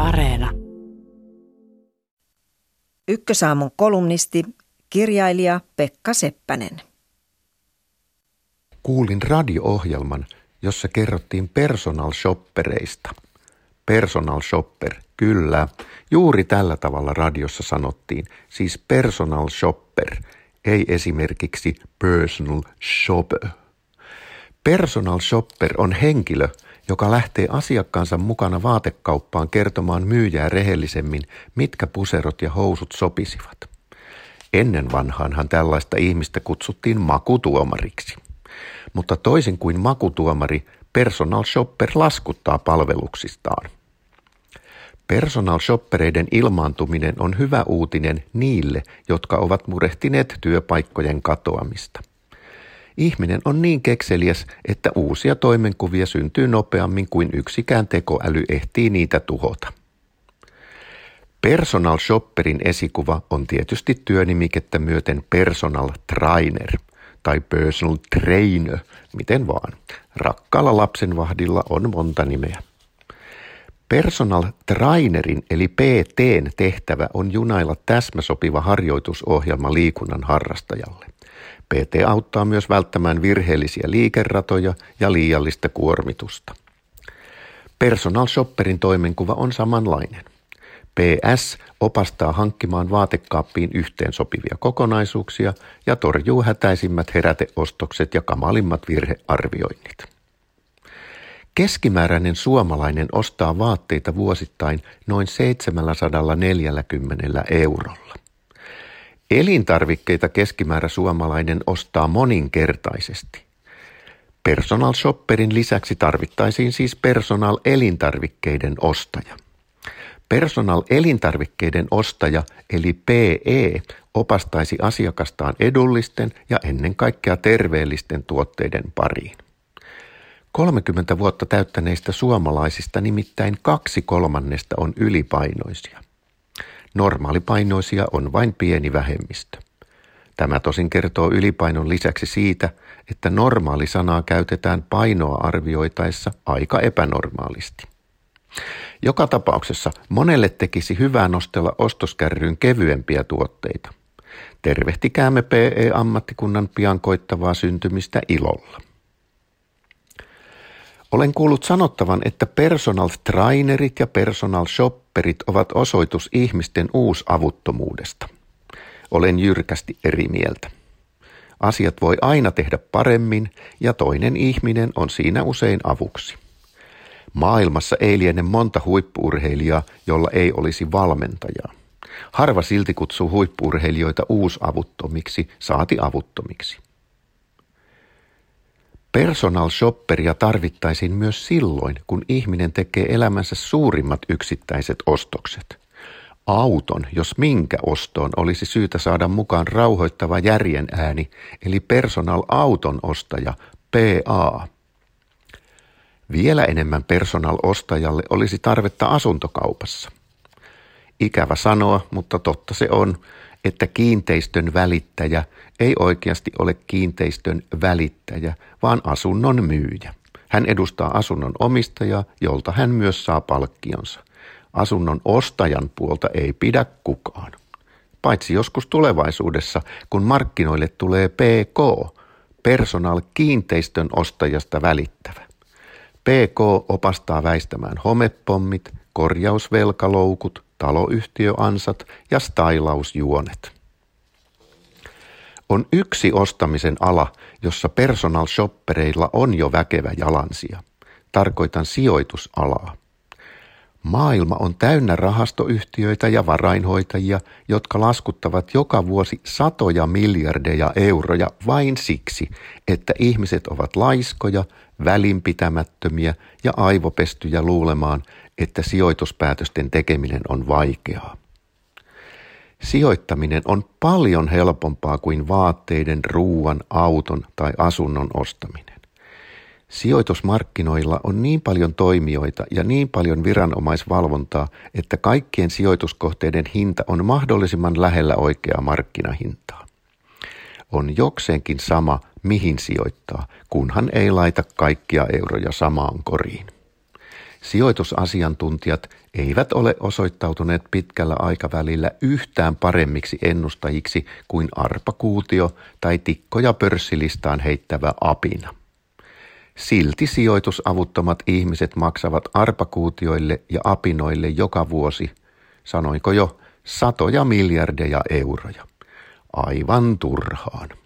Areena. Ykkösaamun kolumnisti, kirjailija Pekka Seppänen. Kuulin radio-ohjelman, jossa kerrottiin personal shoppereista. Personal shopper, kyllä. Juuri tällä tavalla radiossa sanottiin, siis personal shopper, ei esimerkiksi personal shopper. Personal shopper on henkilö, joka lähtee asiakkaansa mukana vaatekauppaan kertomaan myyjää rehellisemmin, mitkä puserot ja housut sopisivat. Ennen vanhaanhan tällaista ihmistä kutsuttiin makutuomariksi. Mutta toisin kuin makutuomari, personal shopper laskuttaa palveluksistaan. Personal shoppereiden ilmaantuminen on hyvä uutinen niille, jotka ovat murehtineet työpaikkojen katoamista. Ihminen on niin kekseliäs, että uusia toimenkuvia syntyy nopeammin kuin yksikään tekoäly ehtii niitä tuhota. Personal shopperin esikuva on tietysti työnimikettä myöten personal trainer tai personal trainer, miten vaan. Rakkaalla lapsenvahdilla on monta nimeä. Personal trainerin eli PT:n tehtävä on junailla täsmäsopiva harjoitusohjelma liikunnan harrastajalle. PT auttaa myös välttämään virheellisiä liikeratoja ja liiallista kuormitusta. Personal shopperin toimenkuva on samanlainen. PS opastaa hankkimaan vaatekaappiin yhteensopivia kokonaisuuksia ja torjuu hätäisimmät heräteostokset ja kamalimmat virhearvioinnit. Keskimääräinen suomalainen ostaa vaatteita vuosittain noin 740 eurolla. Elintarvikkeita keskimäärä suomalainen ostaa moninkertaisesti. Personal shopperin lisäksi tarvittaisiin siis personal elintarvikkeiden ostaja. Personal elintarvikkeiden ostaja eli PE opastaisi asiakastaan edullisten ja ennen kaikkea terveellisten tuotteiden pariin. 30 vuotta täyttäneistä suomalaisista nimittäin 2/3 on ylipainoisia. Normaalipainoisia on vain pieni vähemmistö. Tämä tosin kertoo ylipainon lisäksi siitä, että normaali-sanaa käytetään painoa arvioitaessa aika epänormaalisti. Joka tapauksessa monelle tekisi hyvää nostella ostoskärryyn kevyempiä tuotteita. Tervehtikäämme PE-ammattikunnan pian koittavaa syntymistä ilolla. Olen kuullut sanottavan, että personal trainerit ja personal shopperit ovat osoitus ihmisten uusavuttomuudesta. Olen jyrkästi eri mieltä. Asiat voi aina tehdä paremmin ja toinen ihminen on siinä usein avuksi. Maailmassa ei liene monta huippu-urheilijaa, jolla ei olisi valmentajaa. Harva silti kutsuu huippu-urheilijoita uusavuttomiksi, saati avuttomiksi. Personal shopperia tarvittaisiin myös silloin, kun ihminen tekee elämänsä suurimmat yksittäiset ostokset. Auton, jos minkä ostoon, olisi syytä saada mukaan rauhoittava järjen ääni, eli personal auton ostaja, PA. Vielä enemmän personal ostajalle olisi tarvetta asuntokaupassa. Ikävä sanoa, mutta totta se on, että kiinteistön välittäjä ei oikeasti ole kiinteistön välittäjä, vaan asunnon myyjä. Hän edustaa asunnon omistajaa, jolta hän myös saa palkkionsa. Asunnon ostajan puolta ei pidä kukaan. Paitsi joskus tulevaisuudessa, kun markkinoille tulee PK, personal kiinteistön ostajasta välittävä. PK opastaa väistämään homepommit, korjausvelkaloukut, taloyhtiöansat ja stailausjuonet. On yksi ostamisen ala, jossa personal shoppereilla on jo väkevä jalansija. Tarkoitan sijoitusalaa. Maailma on täynnä rahastoyhtiöitä ja varainhoitajia, jotka laskuttavat joka vuosi satoja miljardeja euroja vain siksi, että ihmiset ovat laiskoja, välinpitämättömiä ja aivopestyjä luulemaan, että sijoituspäätösten tekeminen on vaikeaa. Sijoittaminen on paljon helpompaa kuin vaatteiden, ruuan, auton tai asunnon ostaminen. Sijoitusmarkkinoilla on niin paljon toimijoita ja niin paljon viranomaisvalvontaa, että kaikkien sijoituskohteiden hinta on mahdollisimman lähellä oikeaa markkinahintaa. On jokseenkin sama, mihin sijoittaa, kunhan ei laita kaikkia euroja samaan koriin. Sijoitusasiantuntijat eivät ole osoittautuneet pitkällä aikavälillä yhtään paremmiksi ennustajiksi kuin arpakuutio tai tikkoja pörssilistaan heittävä apina. Silti sijoitusavuttomat ihmiset maksavat arpakuutioille ja apinoille joka vuosi, sanoinko jo, satoja miljardeja euroja. Aivan turhaan.